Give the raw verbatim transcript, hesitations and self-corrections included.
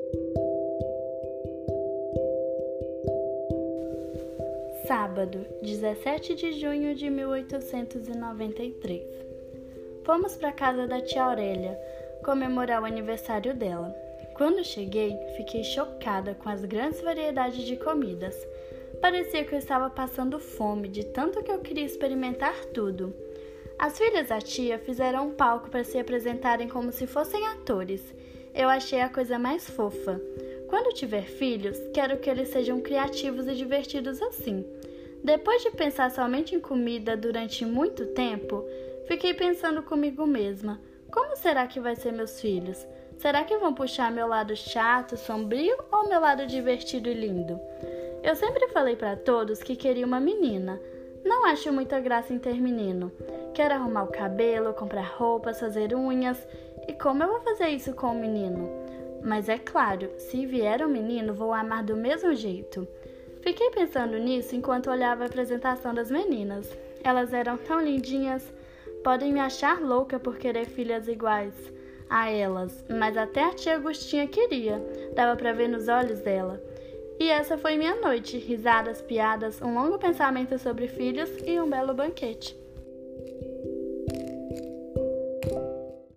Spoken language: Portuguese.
Sábado, dezessete de junho de mil oitocentos e noventa e três. Fomos para a casa da tia Aurélia comemorar o aniversário dela. Quando cheguei, fiquei chocada com as grandes variedades de comidas. Parecia que eu estava passando fome de tanto que eu queria experimentar tudo. As filhas da tia fizeram um palco para se apresentarem como se fossem atores. Eu achei a coisa mais fofa. Quando tiver filhos, quero que eles sejam criativos e divertidos assim. Depois de pensar somente em comida durante muito tempo, fiquei pensando comigo mesma: como será que vai ser meus filhos? Será que vão puxar meu lado chato, sombrio ou meu lado divertido e lindo? Eu sempre falei para todos que queria uma menina. Não acho muita graça em ter menino. Quero arrumar o cabelo, comprar roupas, fazer unhas. E como eu vou fazer isso com um menino? Mas é claro, se vier um menino, vou amar do mesmo jeito. Fiquei pensando nisso enquanto olhava a apresentação das meninas. Elas eram tão lindinhas. Podem me achar louca por querer filhas iguais a elas, mas até a tia Agostinha queria. Dava para ver nos olhos dela. E essa foi minha noite. Risadas, piadas, um longo pensamento sobre filhos e um belo banquete.